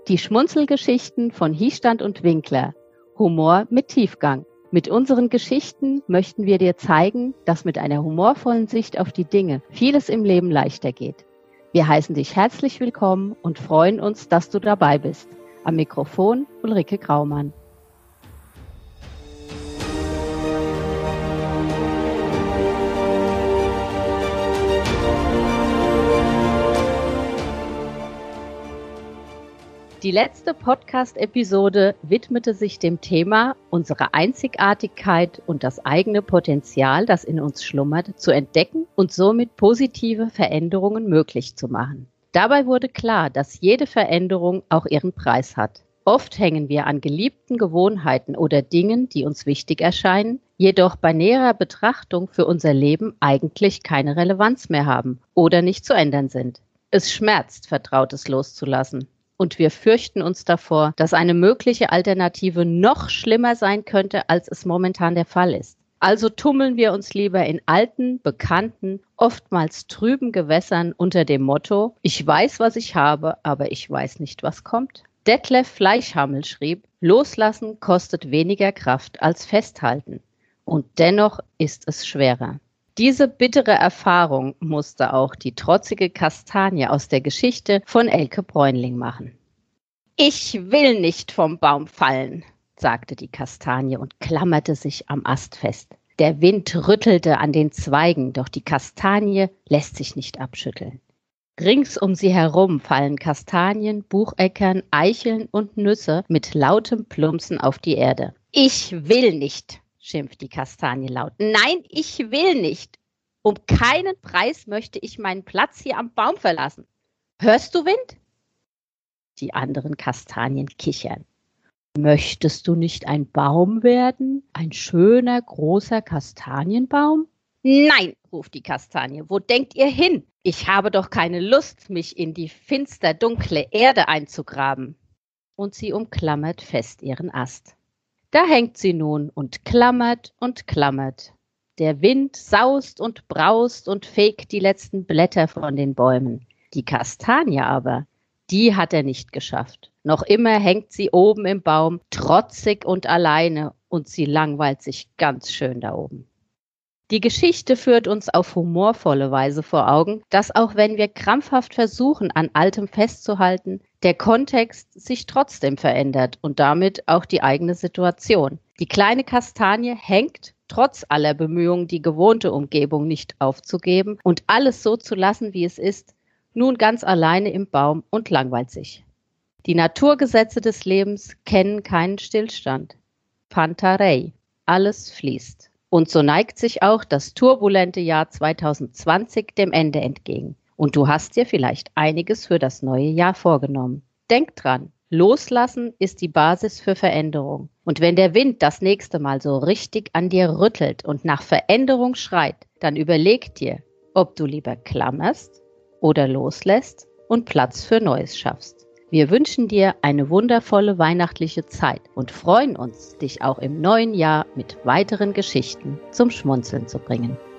Die Schmunzelgeschichten von Hiestand und Winkler. Humor mit Tiefgang. Mit unseren Geschichten möchten wir dir zeigen, dass mit einer humorvollen Sicht auf die Dinge vieles im Leben leichter geht. Wir heißen dich herzlich willkommen und freuen uns, dass du dabei bist. Am Mikrofon Ulrike Graumann. Die letzte Podcast-Episode widmete sich dem Thema, unsere Einzigartigkeit und das eigene Potenzial, das in uns schlummert, zu entdecken und somit positive Veränderungen möglich zu machen. Dabei wurde klar, dass jede Veränderung auch ihren Preis hat. Oft hängen wir an geliebten Gewohnheiten oder Dingen, die uns wichtig erscheinen, jedoch bei näherer Betrachtung für unser Leben eigentlich keine Relevanz mehr haben oder nicht zu ändern sind. Es schmerzt, Vertrautes loszulassen. Und wir fürchten uns davor, dass eine mögliche Alternative noch schlimmer sein könnte, als es momentan der Fall ist. Also tummeln wir uns lieber in alten, bekannten, oftmals trüben Gewässern unter dem Motto: Ich weiß, was ich habe, aber ich weiß nicht, was kommt. Detlef Fleischhammel schrieb: Loslassen kostet weniger Kraft als festhalten. Und dennoch ist es schwerer. Diese bittere Erfahrung musste auch die trotzige Kastanie aus der Geschichte von Elke Bräunling machen. Ich will nicht vom Baum fallen, sagte die Kastanie und klammerte sich am Ast fest. Der Wind rüttelte an den Zweigen, doch die Kastanie lässt sich nicht abschütteln. Rings um sie herum fallen Kastanien, Bucheckern, Eicheln und Nüsse mit lautem Plumpsen auf die Erde. Ich will nicht, schimpft die Kastanie laut. Nein, ich will nicht. Um keinen Preis möchte ich meinen Platz hier am Baum verlassen. Hörst du, Wind? Die anderen Kastanien kichern. Möchtest du nicht ein Baum werden? Ein schöner, großer Kastanienbaum? Nein, ruft die Kastanie. Wo denkt ihr hin? Ich habe doch keine Lust, mich in die finster, dunkle Erde einzugraben. Und sie umklammert fest ihren Ast. Da hängt sie nun und klammert und klammert. Der Wind saust und braust und fegt die letzten Blätter von den Bäumen. Die Kastanie aber, die hat er nicht geschafft. Noch immer hängt sie oben im Baum, trotzig und alleine, und sie langweilt sich ganz schön da oben. Die Geschichte führt uns auf humorvolle Weise vor Augen, dass auch wenn wir krampfhaft versuchen, an Altem festzuhalten, der Kontext sich trotzdem verändert und damit auch die eigene Situation. Die kleine Kastanie hängt, trotz aller Bemühungen, die gewohnte Umgebung nicht aufzugeben und alles so zu lassen, wie es ist, nun ganz alleine im Baum und langweilt sich. Die Naturgesetze des Lebens kennen keinen Stillstand. Panta rhei, alles fließt. Und so neigt sich auch das turbulente Jahr 2020 dem Ende entgegen. Und du hast dir vielleicht einiges für das neue Jahr vorgenommen. Denk dran, loslassen ist die Basis für Veränderung. Und wenn der Wind das nächste Mal so richtig an dir rüttelt und nach Veränderung schreit, dann überleg dir, ob du lieber klammerst oder loslässt und Platz für Neues schaffst. Wir wünschen dir eine wundervolle weihnachtliche Zeit und freuen uns, dich auch im neuen Jahr mit weiteren Geschichten zum Schmunzeln zu bringen.